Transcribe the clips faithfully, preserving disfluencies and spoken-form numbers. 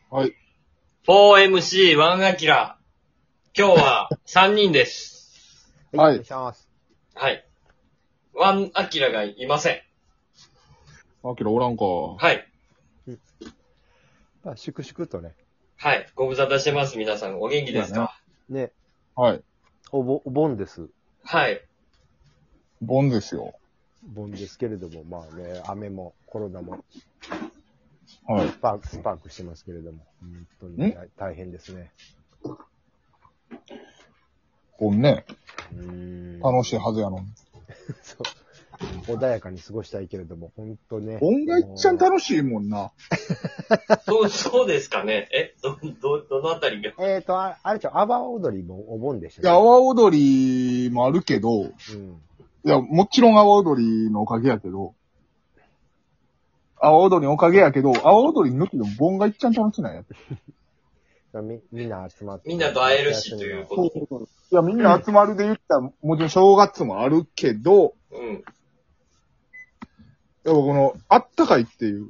はい。 フォーエムシーワン アキラ。今日はさんにんです。 はい。 お願いします。 はい。ワンアキラがいません。 あきらおらんか。 はい。 まあ、粛々とね。 はい。ご無沙汰してます。皆さんお元気ですか？ ね。 はい。 おぼ、お盆です。 はい。 盆ですよ。 盆ですけれども、まあね、雨もコロナもはい。 スパーク、スパークしてますけれども、本当に大大変ですね。 盆ね。 うーん。 楽しいはずやのに。 そう。穏やかに過ごしたいけれども、本当ね。 盆がいっちゃん楽しいもんな。 そう、そうですかね。え、ど、ど、どのあたりが。 えっ、ー、と、ああれちょ、阿波踊りもお盆でしたいや、阿波踊りもあるけど、 うん。 いや、もちろん阿波踊りのおかげやけど、阿波踊りのおかげやけど、阿波踊り抜きでも盆がいっちゃん楽しいなんやって。 み、みんな集まって。 みんなと会えるしということ。 いや、みんな集まるで言ったら、もちろん正月もあるけど、 うん。 やっぱこの、あったかいっていう。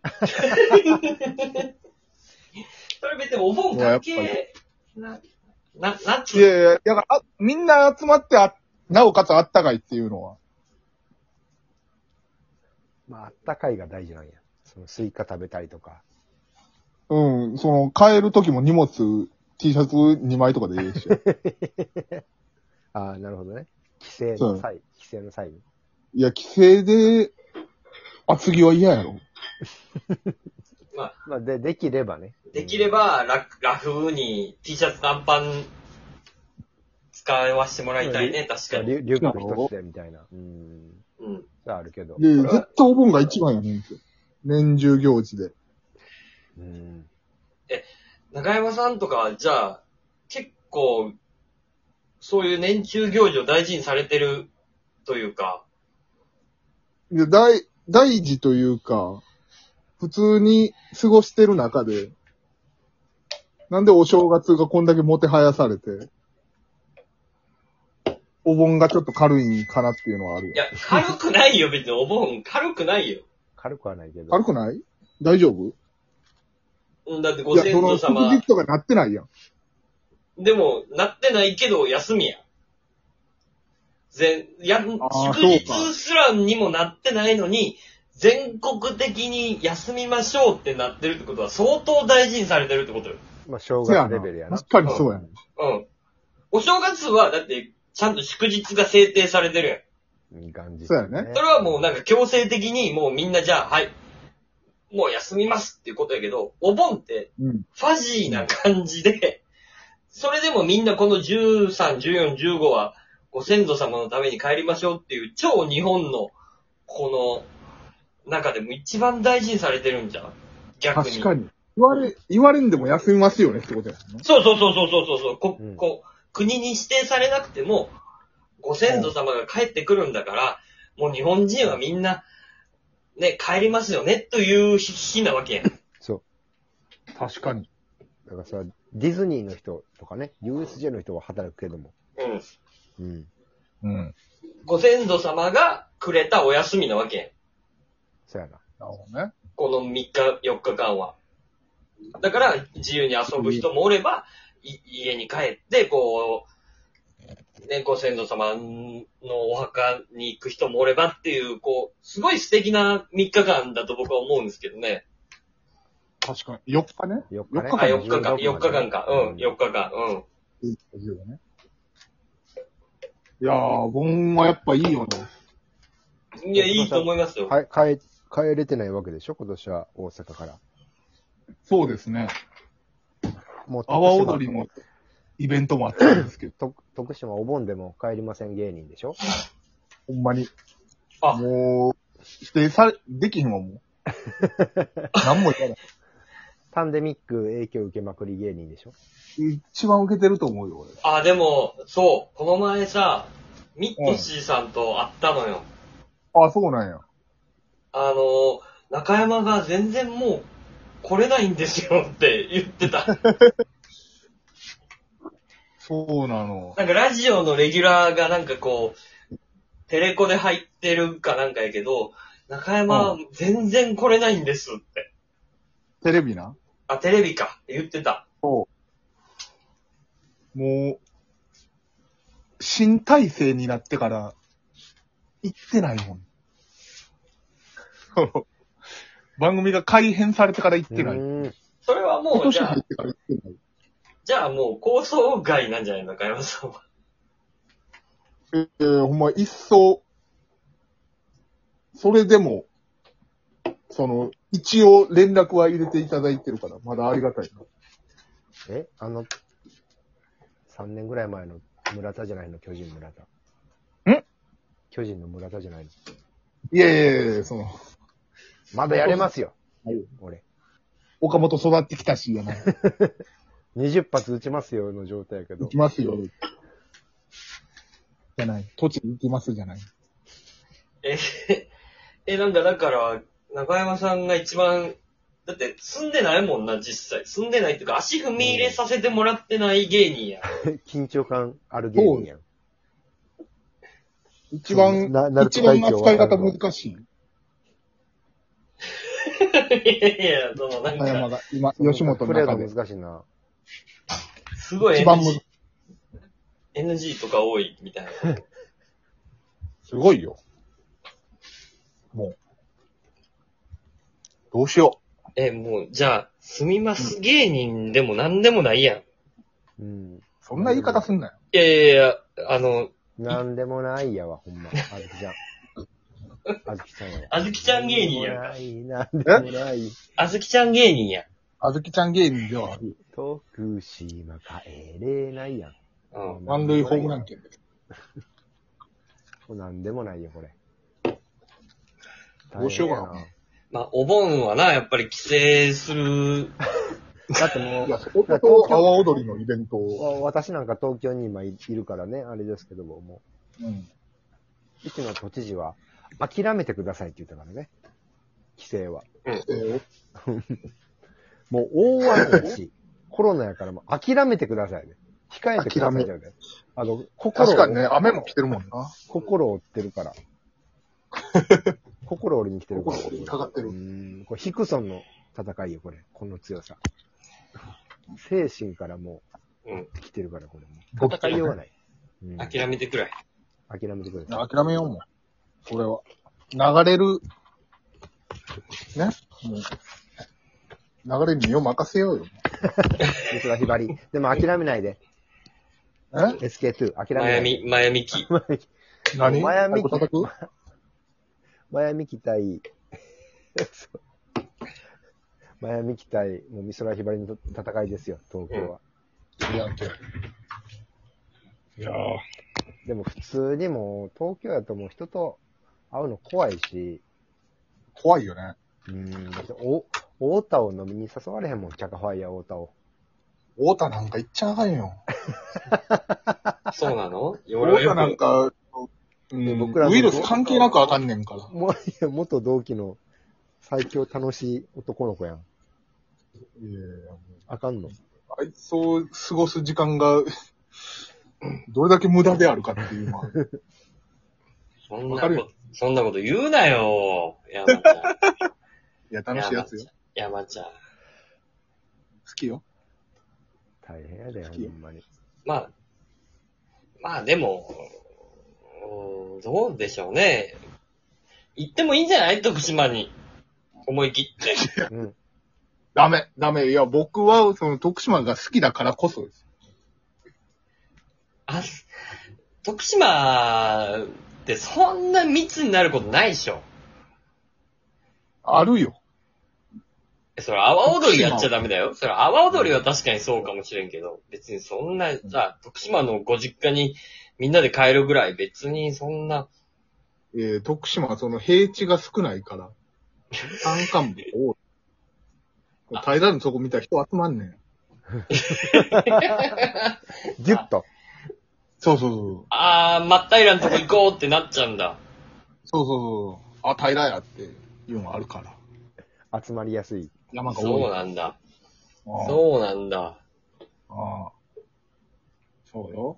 それ別にお盆関係、な、な、なんついやいや、だからあ、みんな集まってあ、なおかつあったかいっていうのは。 まあ、あったかいが大事なんや。そのスイカ食べたりとか。 うん、その、帰る時も荷物、T シャツにまいとかでいいし。 ああ、なるほどね。帰省の際、帰省の際に。 いや、帰省で、厚着は嫌やろ。 まあ、 まあ、で、できればね。 できれば、ラ、ラフに T シャツ短パン使わせてもらいたいね、確かに。 リュリュック一つでみたいな。うん。 うん。 あるけど。 で、絶対お盆が一番やねんて。年中行事で。 うん。 え、中山さんとかは、じゃあ、結構、そういう年中行事を大事にされてるというか。 で、大、大事というか、普通に過ごしてる中で、なんでお正月がこんだけもてはやされて、お盆がちょっと軽いんかなっていうのはあるよ。 いや、軽くないよ、別に。お盆、軽くないよ。 軽くはないけど。 軽くない大丈夫うん、だってごいや、 先その、 祖様祝。日とかなってないやん。 でも、なってないけど、休みや。全、や、祝あー日すらにもなってないのに、全国的に休みましょうってなってるってことは、相当大事にされてるってことよ。 まあ、正月レベルやな。 確かにそうやね。 うん。お正月は、だって、ちゃんと祝日が制定されてるやん。 いい感じ。 そうやねそれはもうなんか強制的にもうみんなじゃあ、はい、もう休みますっていうことやけど、お盆ってうん。 ファジーな感じで、それでもみんなこのじゅうさん、じゅうよん、じゅうごはご先祖様のために帰りましょうっていう超日本のこの中でも一番大事にされてるんじゃん。逆に。 確かに。言われ、言われんでも休みますよねってことやね。 そうそうそうそうそうそう。こ、 うんこ国に指定されなくても、ご先祖様が帰ってくるんだから、もう日本人はみんな、ね、帰りますよね、という日なわけやん。 そ確かに。 う。だからさ、ディズニーの人とかね、ユーエスジェー の人は働くけども。 うん。 うん。 うん。 ご先祖様がくれたお休みなわけやん。 そうやな。 なるほどね。 このみっか、よっかかんは。だから、自由に遊ぶ人もおれば、い家に帰って、こう、ね、ご先祖様のお墓に行く人もおればっていう、こう、すごい素敵なみっかかんだと僕は思うんですけどね。 確かに。よっかね。 よっかね。 あ、よっかかん、よっかかんか。うん、よっか。 かかん。うん。 いやー、盆はやっぱいいよね。 いや、いいと思いますよ。 はい、帰、帰れてないわけでしょ今年は大阪から。 そうですね。 もう、 阿波踊りのイベントもあったんですけど、 と徳島お盆でも帰りません芸人でしょほんまに。 あもう、否定され、できひんわ、もう。何も言わない。 パンデミック影響受けまくり芸人でしょ一番受けてると思うよ、 あ、でも、そう、この前さ、ミッドシーさんと会ったのよ。 俺。あ、そうなんや。 あの、中山が全然もう来れないんですよって言ってた。 そうなの。 なんかラジオのレギュラーがなんかこう、テレコで入ってるかなんかやけど、中山は全然来れないんですって。 テレビな。 あ、テレビか。言ってた。 もう、新体制になってから、行ってないもん。番組が改編されてから行ってない。 うーん。 それはもう、じゃあ今年入っ、てから行ってない。 じゃあもう構想外なんじゃないのか、山さんは。 えー、ほんま、一層、それでも、その、一応連絡は入れていただいてるから、まだありがたいな。 えあの、さんねんぐらい前の村田じゃないの巨人村田。 ん巨人の村田じゃないのいやいやいや、その、 まだやれますよ。 はい俺。 岡本育ってきたし、やな。 にじゅっ発撃ちますよの状態やけど行き。ますよ。じゃない。栃木行きますじゃない。 え、え、なんかだから、中山さんが一番、だって住んでないもんな、実際。住んでないっていうか、足踏み入れさせてもらってない芸人や。 緊張感ある芸人やん。 一番、 ななる一と会長番扱い方難しい。 いやいや、そのなん中山か、 が、今、吉本プレーのの中で。 難しいな。 すごい一番むエヌジー、エヌジー とか多いみたいな。 すごいよ。もう。どうしよえ、もう、じゃあ、住みます芸人でもなんでもないやん。いうん。 う。そんな言い方すんなよ。 やいやいや、あの、 なんでもないやわ、ほんま。あずきちゃん。あずきちゃんやわ。 あずきちゃん芸人やんか。 ない、なんでもない。 あずきちゃん芸人や。 あずきちゃん芸人ではある。 徳島帰れないやん。 うん。 満塁ホームラン圏です。 なんでもないよ、これ。 どうしようかな。 まあ、お盆はな、やっぱり帰省する。 だってもいや、そこと阿波踊りのイベントを。 う、私なんか東京に今いるからね、あれですけども、もうん。 う、うちの都知事は、諦めてくださいって言ったからね。規制は。 えーもう大雨だし、コロナやからもう諦めてくださいね。控えてくださいじゃね。あの、心を、 確かにね、雨も来てるもんな。 心を折ってるから。心折りに来てるから。 心折りにかかってるうーん。これ、ヒクソンの戦いよ、これ。この強さ。精神からもうん。 う来てるから、これ。もう戦いようがない。うん、 諦めてくれ。 諦めてくれさい。 諦めようもん。これは。流れる、ね。もう、流れに身を任せようよ。 美空ひばり。でも諦めないで。 えエスケーツー、諦めないで。 マヤミ、マヤミキ。 何マヤミキ太鼓叩くマヤミキ対、そうマヤミキ対、もう美空ひばりの戦いですよ、東京は。 いや、いやーでも普通にもう、東京やともう人と会うの怖いし、 怖いよね。 うん、だってお、太田を飲みに誘われへんもん、チャカファイヤー太田を。 太田なんか行っちゃあかんよ。 そうなの太田なんか、うん、 僕らのウイルス関係なくあかんねんから。 もう、いや元同期の最強楽しい男の子やん。 いやいやあかんの。 あいつを過ごす時間が、どれだけ無駄であるかっていうのは。 そんなわかるよこと、そんなこと言うなよ。山ちゃん。 いや、楽しいやつよ。 山ちゃん。 好きよ。 大変やで、ほ好きよんまに。 まあ、まあでも、うーん、どうでしょうね。行ってもいいんじゃない徳島に。思い切って。 うん。 ダメ、ダメ。いや、僕は、その、徳島が好きだからこそです。 あ、徳島ってそんな密になることないでしょ。 あるよ。 えそれ、阿波踊りやっちゃダメだよ。それ、阿波踊りは確かにそうかもしれんけど、別にそんな、さ、徳島のご実家にみんなで帰るぐらい、別にそんな、 えー、徳島はその平地が少ないから、山間部が多い。平らのとこ見たら人集まんねん。 ギュッと。 そうそうそう。 あー、真っ平らのとこ行こうってなっちゃうんだ。 そうそうそう。あ、平らやっていうのがあるから。 集まりやすい。 山が多い。 そうなんだ。 ああそうなんだ。 ああ。そうよ。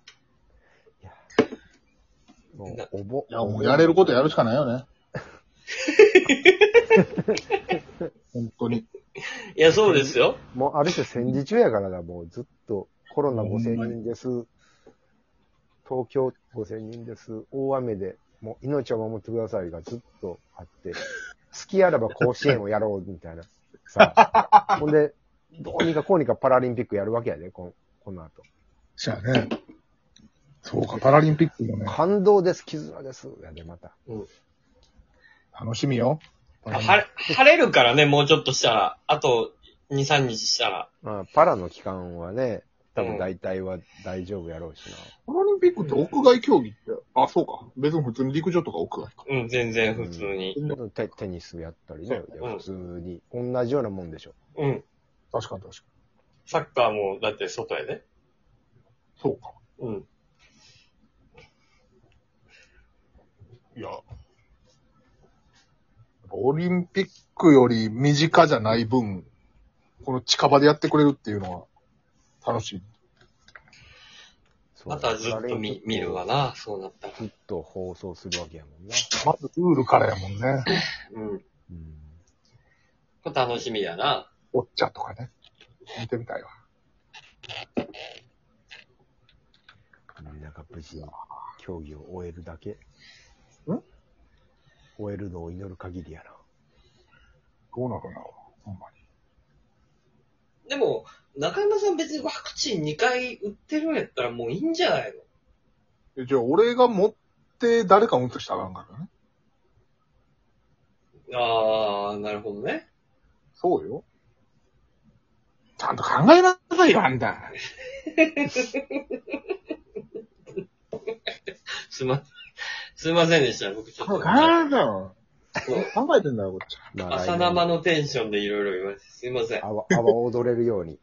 もう、おぼ。 いや、もうやれることやるしかないよね。本当に。 いや、そうですよ。 もうある種戦時中やからな、もうずっとコロナごせんにんです。東京ごせんにんです。大雨で、もう命を守ってくださいがずっとあって、好きあらば甲子園をやろうみたいな。さ、ほんで、どうにかこうにかパラリンピックやるわけやで、ここの後。 じゃあね。そうか、パラリンピックもね。 感動です、絆です。やで、また。 うん。 楽しみよ。 晴れ、晴れるからね、もうちょっとしたら。あと、に、さんにちしたら。 まあ、パラの期間はね、多分大体は大丈夫やろうしな。 パラリンピックって屋外競技って、あ、そうか。別に普通に陸上とか屋外か。 うん、全然普通に。 うん、テテニスやったりね、 うん普通に。同じようなもんでしょ。 うん。 確かに確かに。 サッカーも、だって外やで。 そうか。 うん。 いや。オリンピックより身近じゃない分、この近場でやってくれるっていうのは楽しい。 またずっと見、見るわな、そうなったら。 ずっと放送するわけやもんな。 まずルールからやもんね。 うん。 うん。 これ楽しみやな。 おっちゃんとかね。見てみたいわ。 みんなが無事に競技を終えるだけ。 ん終えるのを祈る限りやな。 どうなるな、ほんまに。 でも、中山さん別にワクチンにかい打ってるんやったらもういいんじゃないの？ えじゃあ、俺が持って誰か打つしたらあかんからね。 あー、なるほどね。 そうよ。ちゃんと考えなさいよ、あんた。 すま、すいませんでした。僕ちょっと。 考えなさいよ。考えてんだよ、こっち。 まあ朝生のテンションでいろいろ言われて、すいません。 あわ、あわ踊れるように。